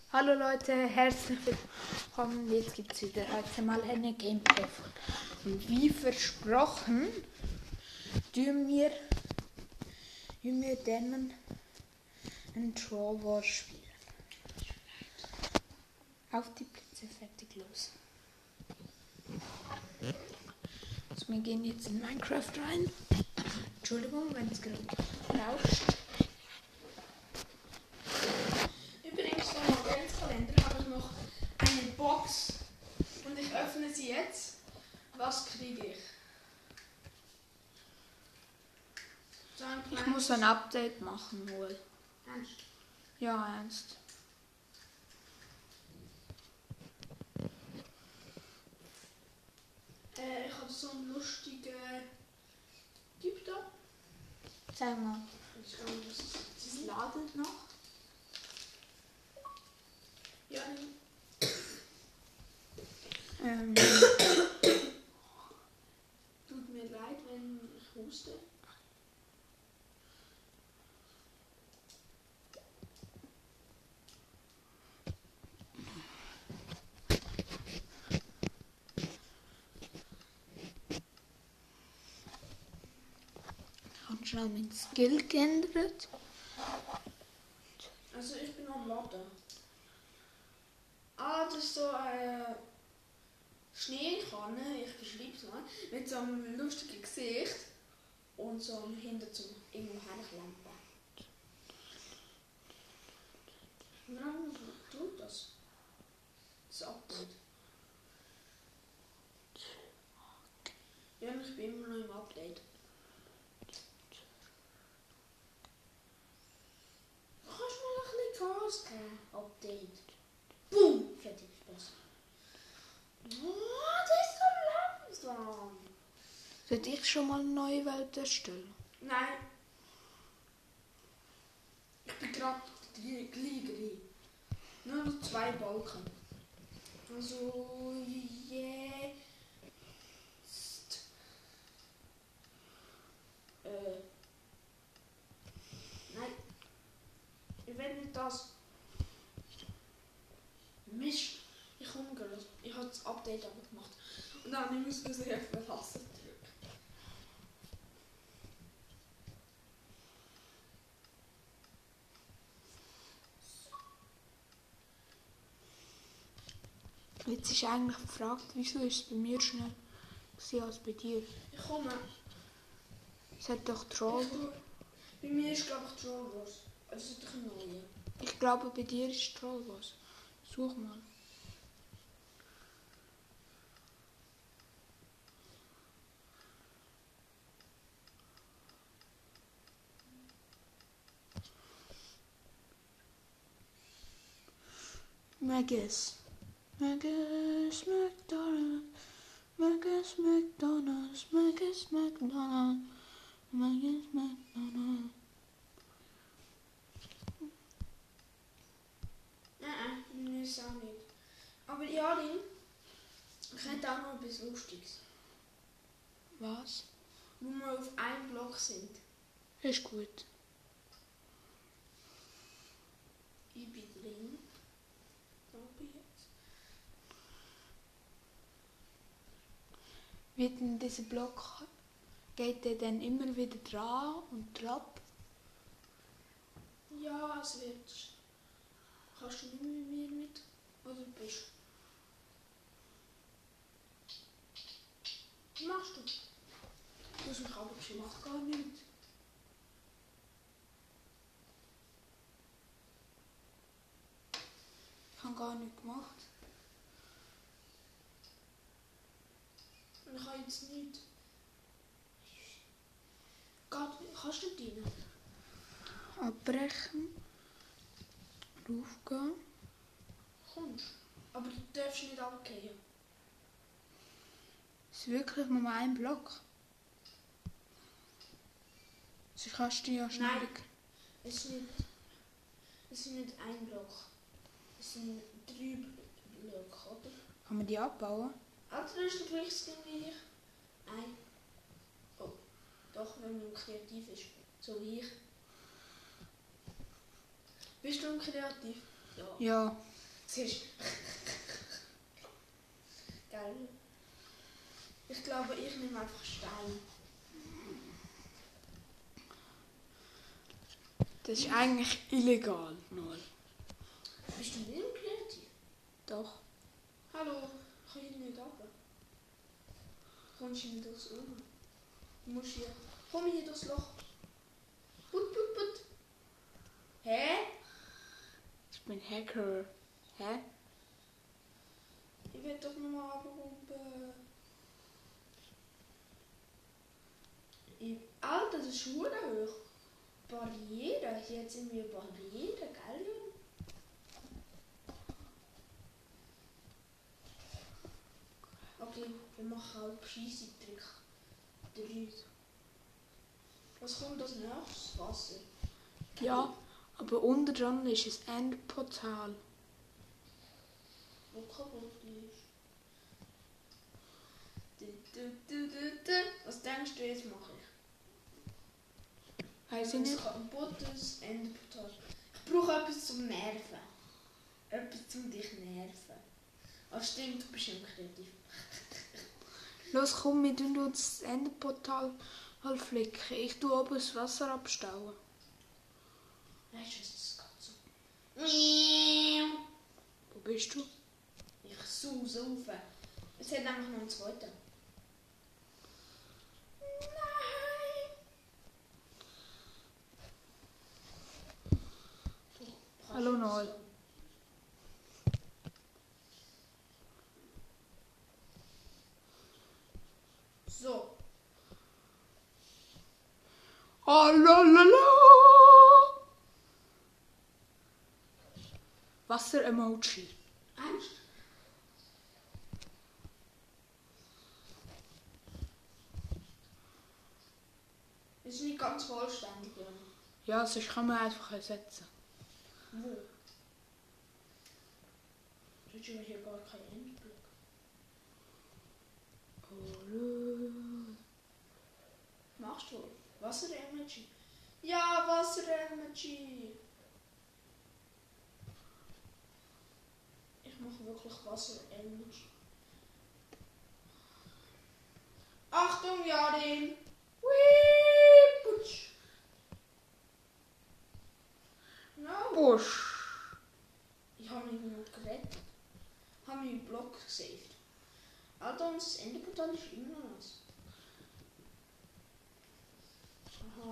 Hallo Leute, herzlich willkommen. Jetzt gibt es wieder heute mal eine Gameplay-Folge. Und wie versprochen, tun wir dann ein Troll Wars spielen. Auf die Plätze, fertig, los. Also wir gehen jetzt in Minecraft rein. Entschuldigung, wenn es gerade rauscht. Übrigens vom Adventskalender habe ich noch eine Box und ich öffne sie jetzt. Was kriege ich? So ein Ich kleines- muss ein Update machen wohl. Ernst? Ja, ernst. Ich habe so einen lustigen Typ da. Sag mal. Ich glaube, das ist. Es ladet noch. Ja, tut mir leid, wenn ich huste. Ich habe schon meinen Skill geändert. Also ich bin am Warten. Das ist so eine Schneekanne, ich beschreibe es mal, mit so einem lustigen Gesicht und so einem hinter zum irgendwo herklempen. Warum tut das? Das Update. Ja, ich bin immer noch im Update. Kannst du mal ein bisschen Gas geben? Update. Boom! Fertig, Spaß. Oh, das ist so langsam. Sollte ich schon mal eine neue Welt erstellen? Nein. Ich bin gerade gleich. Nur noch 2 Balken. Also, jetzt. Nein. Ich will nicht das. Mist. Ich komme gerade. Ich habe das Update aber gemacht. Und dann muss ich sehr verlassen drücken. Jetzt ist eigentlich gefragt, wieso ist es bei mir schneller gewesen als bei dir? Ich komme. Es hat doch Troll. Bei mir ist glaube ich Troll Wars. Also ist doch ein neuer. Ich glaube, bei dir ist Troll was. Such mal. Magus. Magus McDonald. Magus McDonald's. Magus McDonald. Magus McDonald. Nein, bei mir ist es auch nicht. Aber ja, Lin, ich hätte auch noch etwas Lustiges. Was? Wo wir auf einem Block sind. Ist gut. Ich bin drin. Da bin ich jetzt. Wird denn dieser Block, geht der dann immer wieder dran und drauf? Ja, es wird. Kannst du nicht mit mir mit? Oder bist du? Was machst du? Du hast mich aber Ich geschickt. mach gar nichts. Ich habe gar nichts gemacht. Ich habe jetzt nichts. Kannst du rein? Abbrechen. Raufgehen. Kommst. Aber du darfst nicht abgehen. Ist wirklich nur ein Block? Sonst kannst du ja schnell. Nein. Es ist nicht ein Block. Es sind 3 Blöcke, oder? Kann man die abbauen? Also ist der gleiche Skin wie ich? Nein. Oh. Doch, wenn man kreativ ist. So wie ich. Bist du kreativ? Ja. Ja. Siehst du? Geil. Ich glaube, ich nehme einfach Stein. Das ist eigentlich illegal. Null. Bist du nicht kreativ? Doch. Hallo, ich kann hier nicht runter. Kommst du nicht durchs Ohr? Du musst hier. Komm hier durchs Loch. Put, put, put. Hä? Ich bin Hacker. Hä? Ich will doch nochmal runterrumpen. Alter, das ist verdammt hoch. Barriere. Hier hat irgendwie eine Barriere, gell? Okay, wir machen halt scheisse Trick. 3. Was kommt als nächstes? Wasser. Ja, aber unten dran ist ein Endportal. Wo kaputt ist. Was denkst du, jetzt mache ich? Weiss ich nicht. Ein kaputtes Endportal. Ich brauche etwas zum Nerven. Etwas zum dich nerven. Ah, stimmt, du bist ja kreativ. Los, komm, wir tun uns das Endportal halt flicken. Ich tue oben das Wasser abstauen. Weißt du, das geht so. Wo bist du? Ich sause rauf. Es hat nämlich noch einen zweiten. Nein! Hallo, Noel. So. Oh, lalala. Wasser-Emoji. Ernst? Das ist nicht ganz vollständig, ja. Ja, sonst kann man einfach ersetzen. Wo? Du hast ja hier gar keinen Endblock. Machst du? Wasser-Emoji? Ja, Wasser-Emoji! Ich mache wirklich Wasser-Emoji. Achtung, Jarin! Wii, putsch! No! Busch. Ich habe mich nur gerettet. Ich habe meinen Block gesaved. Alter, unser Enderportal ist immer noch nass. Aha.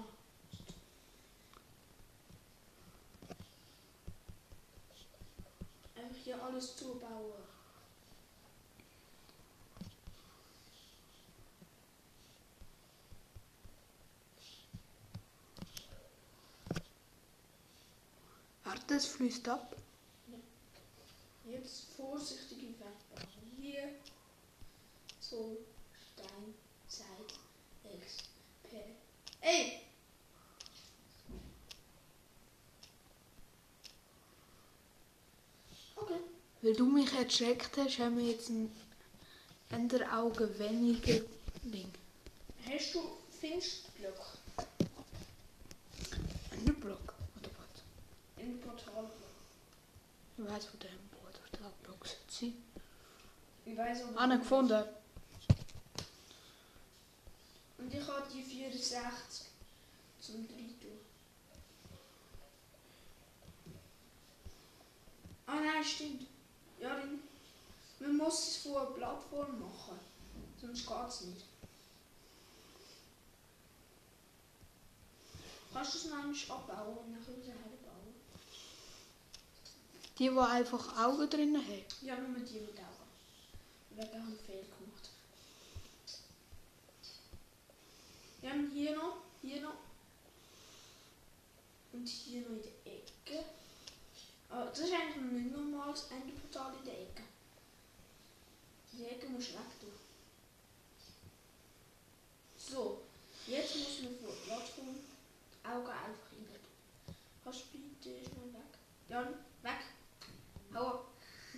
Einfach hier alles zubauen. Warte, es fließt ab. Jetzt vorsichtig wegbauen. Hier. So. Stein. Zeit. X. P. Ey! Okay. Weil du mich erschreckt hast, haben wir jetzt ein Enderauge weniger Ding. Hast du Finsterblöcke? Enderblock, oder was? Im Portal. Ich weiß, wo der Portalblock sitzt. Ich weiß auch Anne gefunden. Und ich habe die 64 zum 3 tun. Ah nein, stimmt. Ja, man muss es von einer Plattform machen. Sonst geht es nicht. Kannst du es noch einmal abbauen und nachher wieder herbauen? Die einfach Augen drin haben. Ja, nur die mit Augen. Wir haben einen Fehler gemacht. Wir haben hier noch und hier noch in der Ecke. Aber das ist eigentlich noch nicht normales Enderportal in der Ecke. Die Ecke muss weg tun. So, jetzt muss man vor der Plattform die Augen einfach rein tun. Kannst du bitte schnell weg? Jan, weg! Hau ab!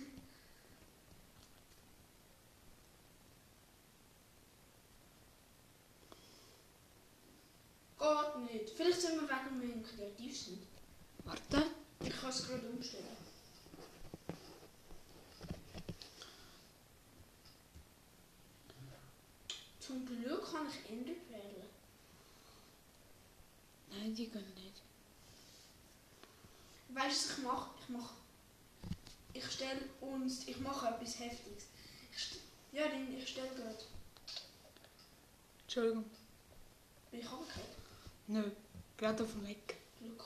Geht nicht. Vielleicht sind wir wegen dem kreativ sind. Warte. Ich kann es gerade umstellen. habe ich Enderperlen. Nein, die gehen nicht. Weißt du, was ich mache etwas Heftiges. Ich stelle gerade. Entschuldigung. Bin ich runtergefallen? Nö, gerade auf dem Weg. Glück.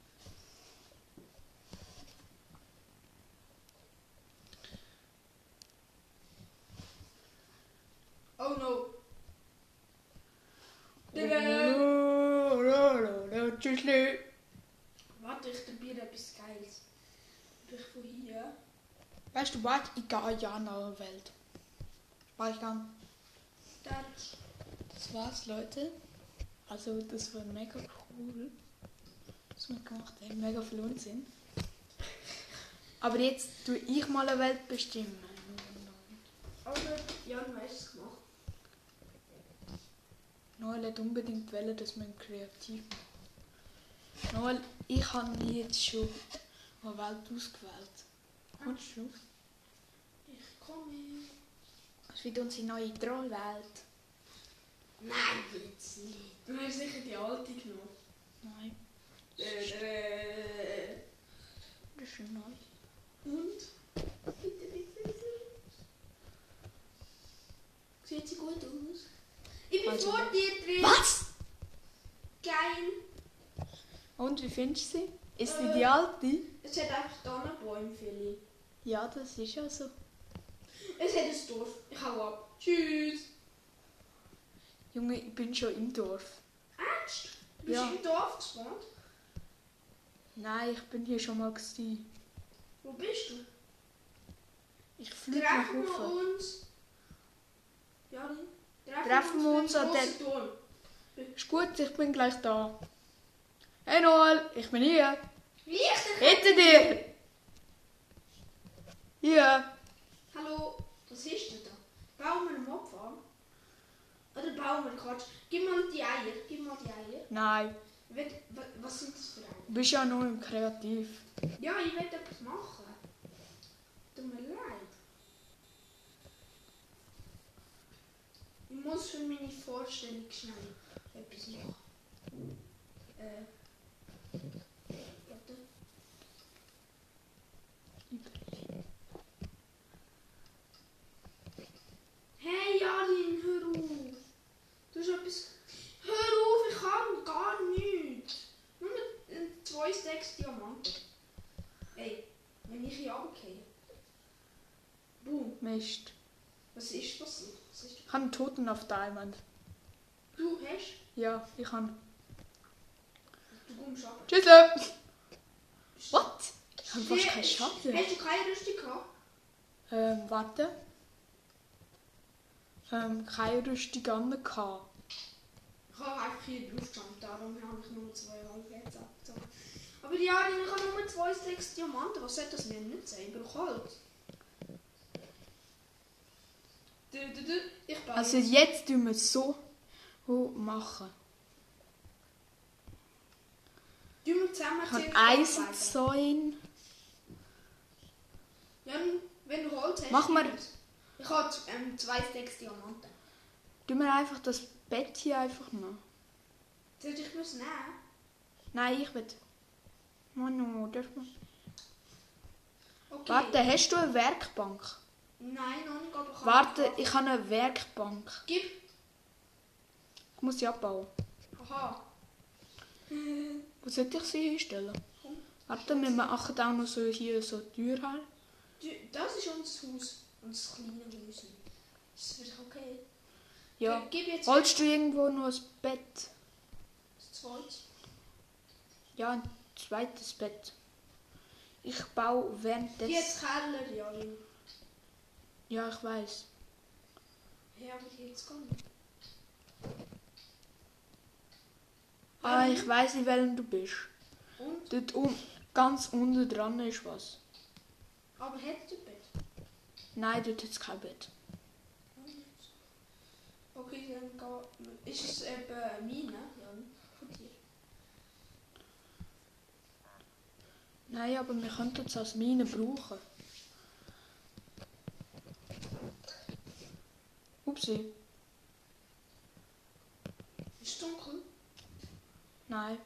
Oh no. Tschüssli. Warte, ich probiere etwas Geiles. Ich von hier. Weißt du was? Ich gehe ja nach der Welt. Speichern. Das war's, Leute. Also, das war mega cool. Was wir gemacht haben. Mega viel Unsinn. Aber jetzt tue ich mal eine Welt bestimmen. Aber Jan, weißt du es gemacht? Noel hat unbedingt wollen, dass wir kreativ machen. Noel, ich habe mir jetzt schon eine Welt ausgewählt. Kommst du? Ich komme. Das wird unsere neue Trollwelt. Nein, jetzt nicht. Du hast sicher die alte genommen. Nein, Und? das ist neu. Bitte. Sieht sie gut aus? Ich bin Also, vor dir drin. Was? Geil. Und wie findest du sie? Ist sie die alte? Es hat einfach Tannenbäume, Philly. Ja, das ist ja so. Es hat ein Dorf. Ich hau ab. Tschüss. Junge, ich bin schon im Dorf. Ernst? Du bist Ja. im Dorf gespawnt? Nein, ich bin hier schon mal gewesen. Wo bist du? Ich fliege nach Treffen wir oben. uns. Jari? Treffen wir uns an den Turm. Ist gut, ich bin gleich da. Hey Noel, ich bin hier. Wie ich Hinter dir. Hier. Hallo, was ist denn da? Bauen wir einen Mob an? Oder bauen wir gerade? Gib mal die Eier. Nein, Was sind das für Eier? du bist ja nur im Kreativ. Ja, ich will etwas machen. Tut mir leid. Ich muss für meine Vorstellung schnell etwas machen. Warte. Hey Jalin, hör auf! Du hast etwas. Hör auf, ich kann gar nichts! Nur 2 Stacks Diamanten. Ey, wenn ich hier runtergehe. Boom. Mist. Was ist passiert? Ich habe einen Toten auf Diamond. Du hast? Ja, ich habe. Du kommst runter. Tschüss. What? Ich habe fast keinen Schatten. Hast du keine Rüstung gehabt? Warte. Keine Rüstung an. Ich habe einfach hier draufgestanden, darum habe ich nur 2 Halbherzen abgezogen. Aber ja, ich habe nur 2 Stacks Diamanten. Was soll das mir nicht sein? Ich brauche Holz. Ich baue. Also jetzt tun wir es so machen. Tun wir zusammen Ich habe zuerst Eisenzäune. Ja, wenn du Holz hast. Mach mal. nimm es. Ich habe 2 Stacks Diamanten. Tun wir einfach das Bett hier einfach noch. Soll ich es nehmen? Nein, ich will. Manu, darf man. Okay. Warte, hast du eine Werkbank? Nein, noch nicht, aber ich habe Warte, Kaffee. ich habe eine Werkbank. Gib. Ich muss sie abbauen. Aha. Wo sollte ich sie hinstellen? Warte, wir machen auch noch so hier so Tür rein. Das ist unser Haus. Unser kleines Haus. Ist das okay? Ja. Gib jetzt Wolltest du irgendwo noch ein Bett? das zweite. Ja, ein zweites Bett. Ich baue währenddessen. Jetzt Keller, Jalin. Ja, ich weiß. Ja, aber jetzt gar nicht. Ah, ich weiß in welchem du bist. Und? Dort ganz unten dran ist was. Aber hättest du Bett? Nein, dort hat es kein Bett. Okay, dann geh. Ist es eben meine, Jan? Von dir? Nein, aber wir könnten es als Mine brauchen. Upsi. Ist es dunkel? Nein.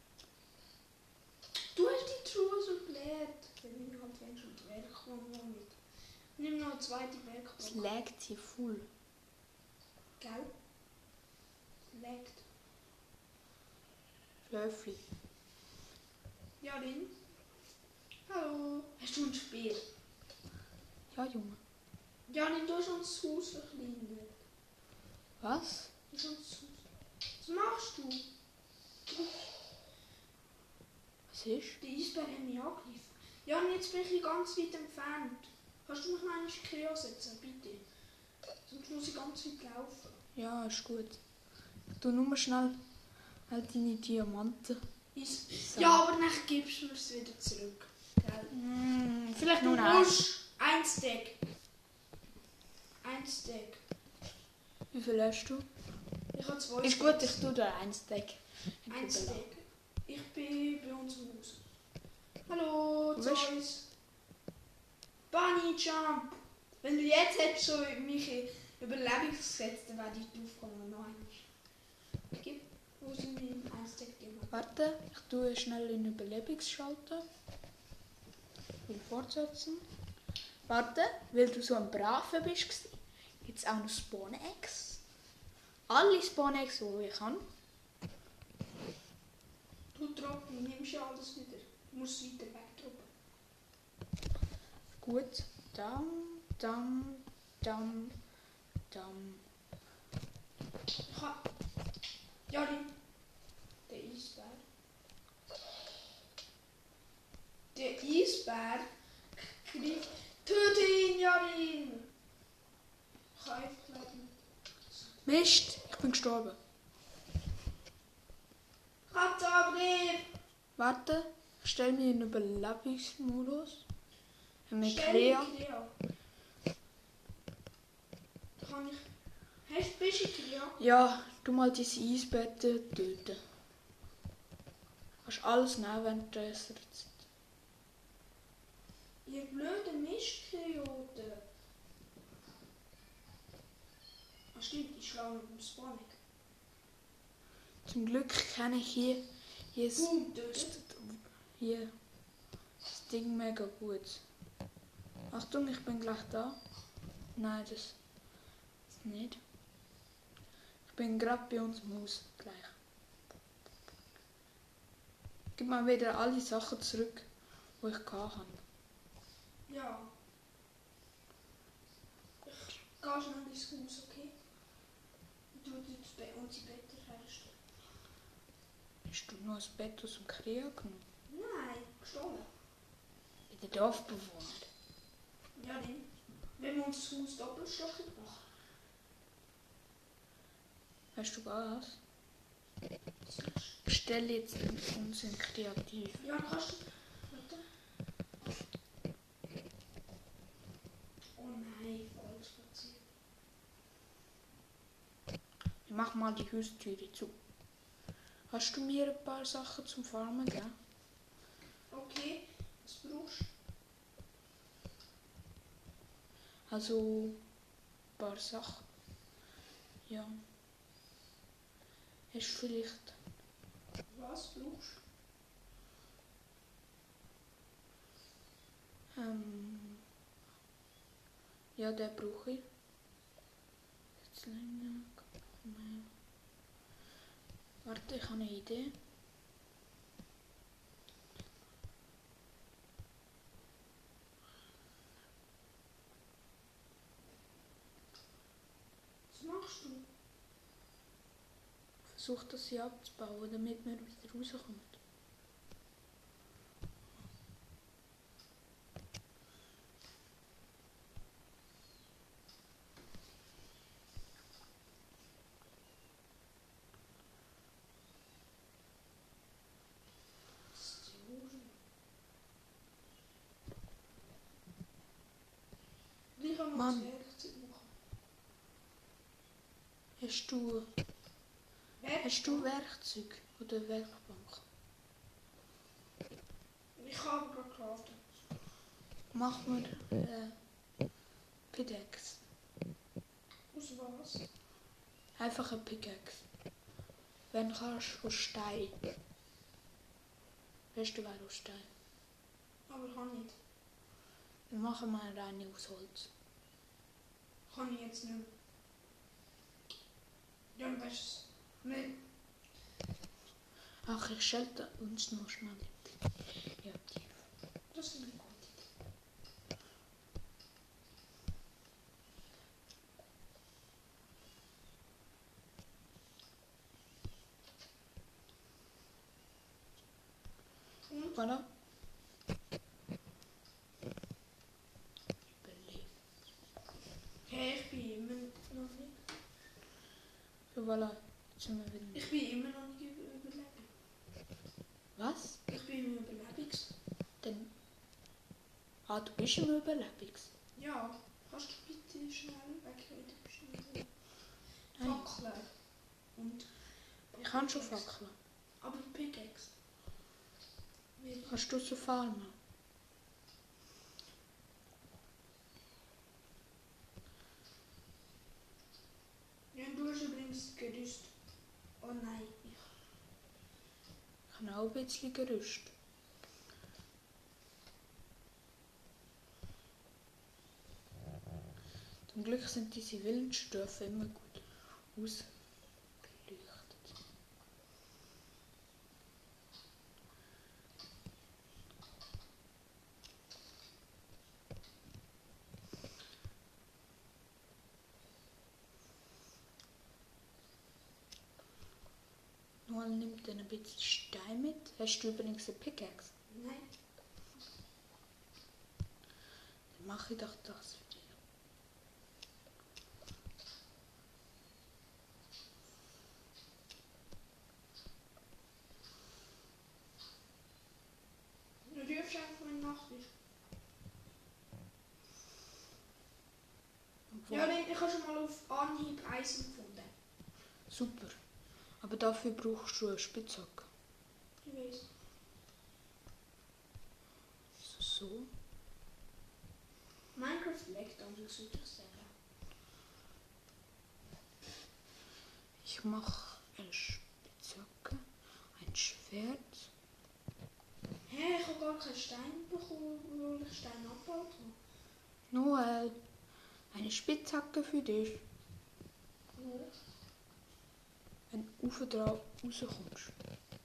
Du hast die Truhe so geleert. Dann nimm halt wenn schon die Werkbank mit. Nimm noch eine zweite Es Werkbank. laggt hier voll. Gell? Legt. Löffel. Ja, Lin. Hallo. Hast du ein Spiel? Ja, Junge. Ja, nimm du schon das Haus verkleinert. Was? Du schon das Haus. Was machst du? Was ist? Die Eisbär haben mich angegriffen. Ja, und jetzt bin ich ganz weit entfernt. Kannst du mich noch einmal in Krio setzen, bitte? Sonst muss ich ganz weit laufen. Ja, ist gut. Ich tu nur schnell halt deine Diamanten. Ja, aber dann gibst du mir es wieder zurück. Gell? Vielleicht Du nur ein. musst ein Stack. Ein Stack. Wie viel hast du? Ich habe 2 Ist gut, ich tue da ein Stack. Ein Stack. Ich bin bei uns im Haus. Hallo, Wo bist du? Zeus. Bunny Jump. Wenn du jetzt hättest schon mich in Überlebung gesetzt, dann wäre die Aufgabe noch einmal. Gib, wo sind wir in ein Stack gemacht? Warte, ich tue schnell in Überlebensschalter. Ich will fortsetzen. Warte, weil du so ein Braver bist, gibt es auch noch Spawn-Eggs. Alle Spawn-Eggs, die ich kann. Du Trottel, nimmst ja alles wieder. Du musst es weiter wegdrücken. Gut. Dam, dam, dam, dam. Ich hab... Ja, der Eisbär. Der Eisbär greift... Töte ihn, Jarin! Ich kann einfach bleiben. Mist, ich bin gestorben. Rattangriff! Warte, ich stelle mich in den Überlebensmodus. Mit Stell Krea. dich Krea. Kann ich... Bist du Krea? Ja, du mal diese Eisbetten töten. Kannst alles nehmen, wenn du das jetzt. Ihr blöde Mischkrioten. Ah stimmt, ich schlage mit dem Spawning. Zum Glück kenne ich hier Boom, tötet. das Ding mega gut. Achtung, ich bin gleich da. Nein, das nicht. Ich bin gerade bei uns im Haus. Gleich. Gib mal wieder alle Sachen zurück, die ich hatte. Ja. Ich gehe schnell ins Haus, okay? Du tust bei uns die Betten herstellen. Hast du noch ein Bett aus dem Krea genommen? Nein, gestohlen. Bei den Dorfbewohnern. Ja, dann. Wenn wir uns das Haus doppelstockig machen. Hast du Gas? Ich stelle jetzt uns in kreativ. Ja, dann kannst du... Warte. Oh nein, falsch platziert. Ich mach mal die Haustüre zu. Hast du mir ein paar Sachen zum Farmen gegeben? Okay, was brauchst du? Also ein paar Sachen. Ja. Hast du vielleicht. Was brauchst Ja, den brauche ich. Jetzt länger. Mehr. Warte, ich habe eine Idee. du? Was machst du? Versuche das hier abzubauen, damit wir wieder rauskommen. Das ist die Hose. Ich kann mal das Mann. Werkzeug machen. Hast du Werkzeug oder Werkbank? Ich habe gerade craften. Mach mir Pickaxe. Aus was? Einfach ein Pickaxe. Wenn kannst du aus Stein. Beste wäre aus Stein. Aber kann nicht. Wir machen mal eine aus Holz. Kann ich jetzt nicht. Ja, dann weißt du es. Nein. Ach, ich schalte uns noch schnell. Ja, die. Das ist eine gute Idee. Und? Voilà. Überleben. Hey, ich bin immer noch nicht. So, voilà. Jetzt sind wir wieder. Ich bin immer noch nicht überleben. Was? Ich bin im Überlebens. Denn. Ah, du bist im Überlebens. Ja, kannst du bitte schnell wegreden? Schnell. Nein. Fackeln. Und. Ich kann schon fackeln. Aber Pickaxe. Wie? Kannst du so farmen? Ja, du hast übrigens Gerüst. Oh nein. Ich habe auch ein bisschen Gerüst. Zum Glück sind diese Willensstoffe immer gut ausgeleuchtet. Noel nimmt dann ein bisschen Stein mit. Hast du übrigens eine Pickaxe? Nein. Dann mache ich doch das für dich. Du rufst einfach, wenn Nacht ist. Obwohl- Ja, ich habe schon mal auf Anhieb Eisen gefunden. Super. Aber dafür brauchst du eine Spitzhacke. Ich weiß. So. Minecraft leckt an, würde ich sagen. Ich mache eine Spitzhacke, ein Schwert. Hä, ich habe gar keinen Stein bekommen, weil ich Stein abgebaut habe. Noel, eine Spitzhacke für dich, Ja. wenn du rauf drauf rauskommst.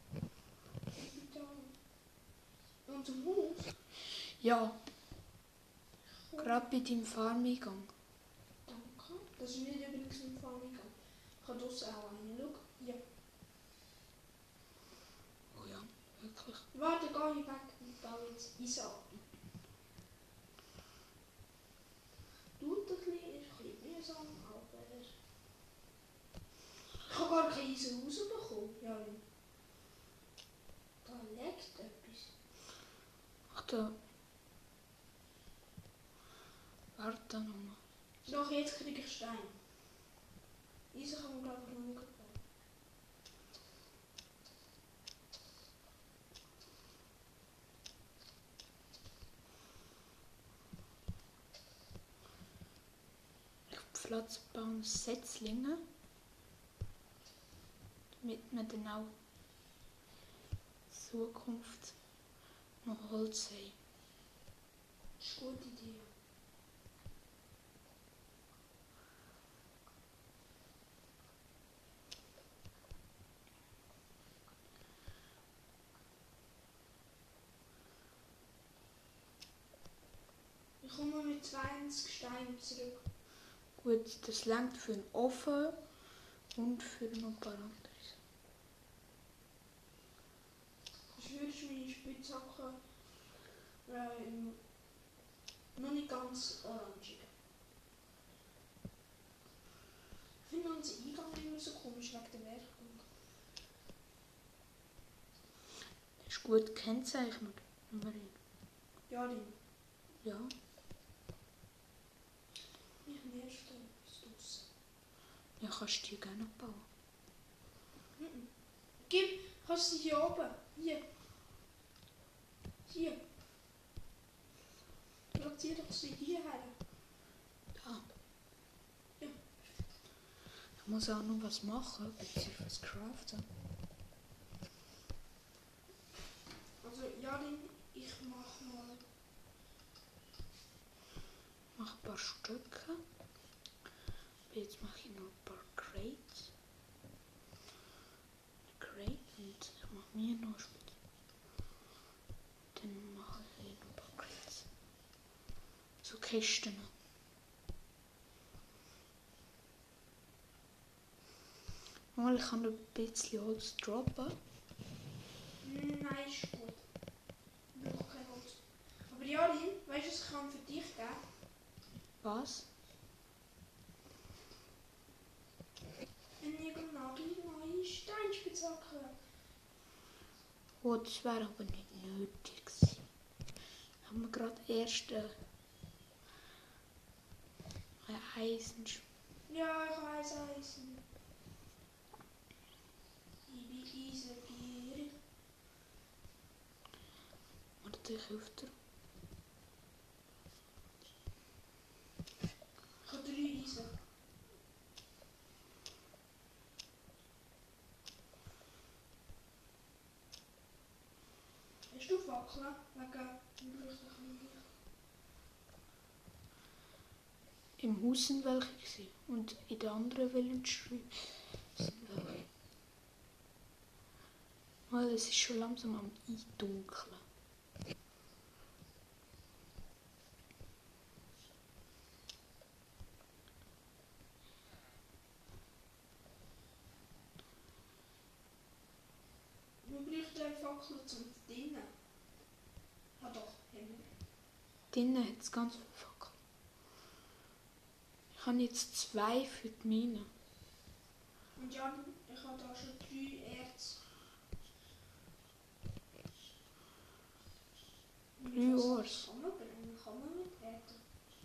Und zum Haus? Ja, gerade bei deinem Farmeingang. Danke. Das ist nicht übrigens ein Farming. Ich habe draussen auch einen. Schau. Ja. Oh ja, wirklich. Warte, geh ich weg und baue jetzt Eisen ab. Tut ein bisschen mühsam, aber... Ich habe gar kein Eisen rausbekommen. Ja, da liegt etwas. Ach da. Warte nochmal. Doch, jetzt kriege ich Stein. Eisen kann man glaube ich noch nicht bauen. Ich pflanze bauen Setzlinge, damit wir dann auch in Zukunft noch Holz haben. Das ist eine gute Idee. Ich komme mit 20 Steinen zurück. Gut, das langt für einen Ofen und für noch ein paar anderes. Ich würde meine Spitzhacke noch nicht ganz orangig. Ich finde unser Eingang immer so komisch wegen der Werkbank. Das ist gut gekennzeichnet. Marie. Ja, Lin. Ja, Ich nervt etwas draussen. ja, kannst du die gerne bauen. Mhm. Gib, kannst du hier oben? Hier. Hier. Platzier doch sie hierher. Da. Ja. Ich muss auch noch was machen, beziehungsweise was craften. Also, ja, ich mach mal. Ich mache ein paar Stücke. Jetzt mache ich noch ein paar Crates. Crate und ich mache mir noch Spiel. Dann mache ich noch ein paar Crates. So Kisten. Mal, ich kann ein bisschen Holz droppen. Nein, ist gut. Ich brauche kein Holz. Aber Jarin, weißt du, was ich kann für dich geben? Was? Eine neue Steinspitzhacke. Oh, das wäre aber nicht nötig gewesen. Haben wir gerade erst ein Eisen. Ja, ich weiß Eisen. Ich bin eisengierig. Warte, ich helfe dir. Ich habe 3 Eisen. Hast du Fackeln? Wegen dem Leuchten. Im Haus sind welche gewesen. Und in den anderen Villagery sind welche. Weil es ist schon langsam am Eindunkeln. Wir bräuchten eine Fackel zum Dienen. Ah doch, haben wir. Drinnen hat es ganz viele Fackeln. Ich habe jetzt 2 für die Mine. Und ja, ich habe da schon 3 Erz. 3 Ors. Kann man brennen, kann man mit Erden.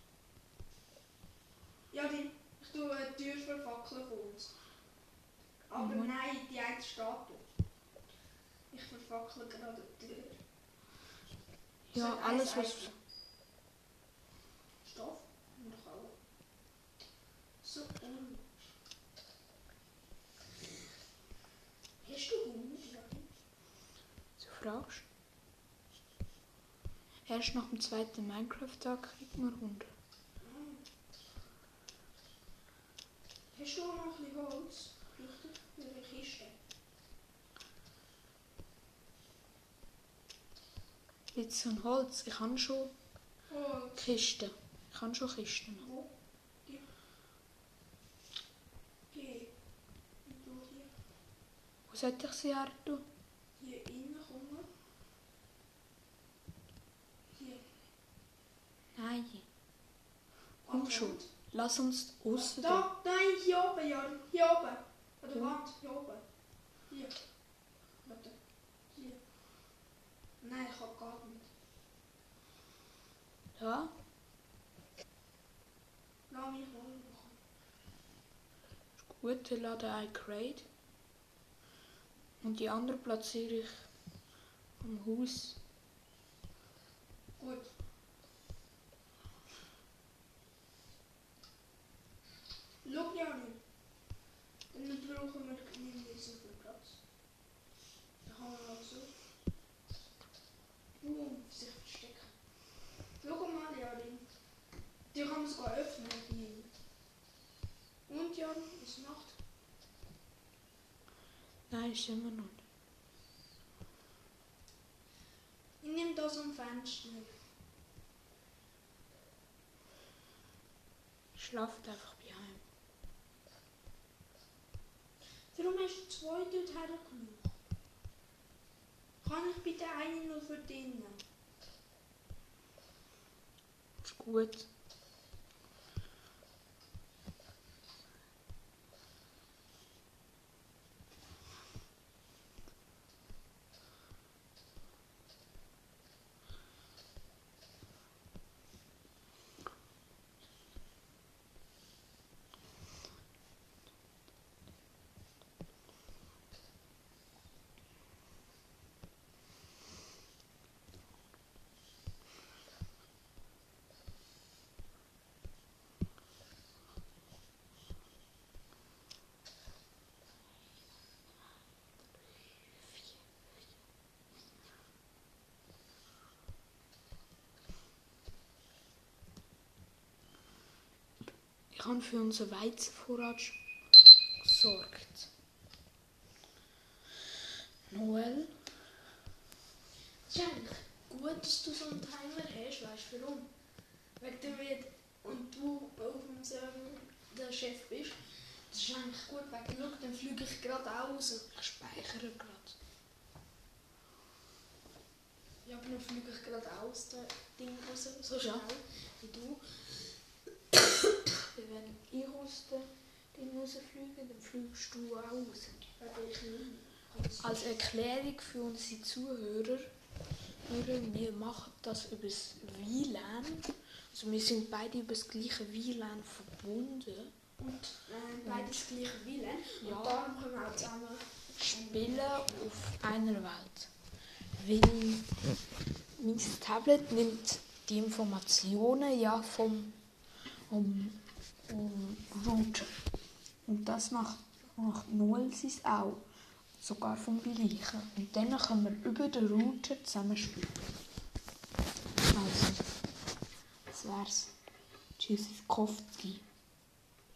Ja, ich tue eine Tür für Fackeln von uns. Aber Mhm. nein, die eine steht da. Ich verfackle gerade die Tür. Ja, So, alles was... Stoff und Kohle. So, Hast du Hunger? Du fragst. Erst nach dem 2. Minecraft-Tag kriegt man Hunger. Hast du auch noch ein bisschen Holz? Richtig? Für eine Kiste? Jetzt so ein Holz. Ich habe schon Holz. Kisten. Ich habe schon Kisten. Wo? Geh. Geh. Und du hier. Wo sollte ich sie her tun? Hier innen kommen. Hier. Nein. An Komm die schon. Wand. Lass uns aussen. Da, nein, hier oben, Jan. Hier oben. An der Wo? Wand, hier oben. Hier. Warte. Hier. Nein, ich hab gar nicht. Ja? Lass mich mal machen. Ist gut, ich lade ein Crate. Und die andere platziere ich am Haus. Gut. Schau, Jan. Dann brauchen wir nicht so viel Platz. Dann kann man auch so. Sich verstecken. Schau mal, Jan. Die kann man sogar öffnen hier. Und Jan, ist Nacht. Nein, ist immer noch nicht. Ich nehme das am Fenster. Schlaft einfach bei heim. Warum hast du 2 dort hergenommen? Kann ich bitte eine nur für drinnen? Ist gut. Ich habe für unseren Weizenvorrat gesorgt. Noel? Es ist eigentlich gut, dass du so einen Timer hast, weißt du warum? Wegen dem wird, und du auf dem Server der Chef bist, das ist eigentlich gut, wegen schau, dann fliege ich gerade auch raus. Ich speichere gerade. Ja, aber dann fliege ich gerade auch aus dem Ding raus, so schnell wie du. Wenn ich aus dem Ding rausfliege, dann fliegst du auch raus. Weil ich nicht. Als Erklärung für unsere Zuhörer, wir machen das über das WLAN. Also wir sind beide über das gleiche WLAN verbunden. Und beides gleiche WLAN. Ja. Und darum können wir auch zusammen Spielen auf einer Welt. Weil mein Tablet nimmt die Informationen ja vom Router. Und das macht Noel sein auch. Sogar vom gleichen. Und dann können wir über den Router zusammenspielen. Also, das wär's. Tschüss, Kofti.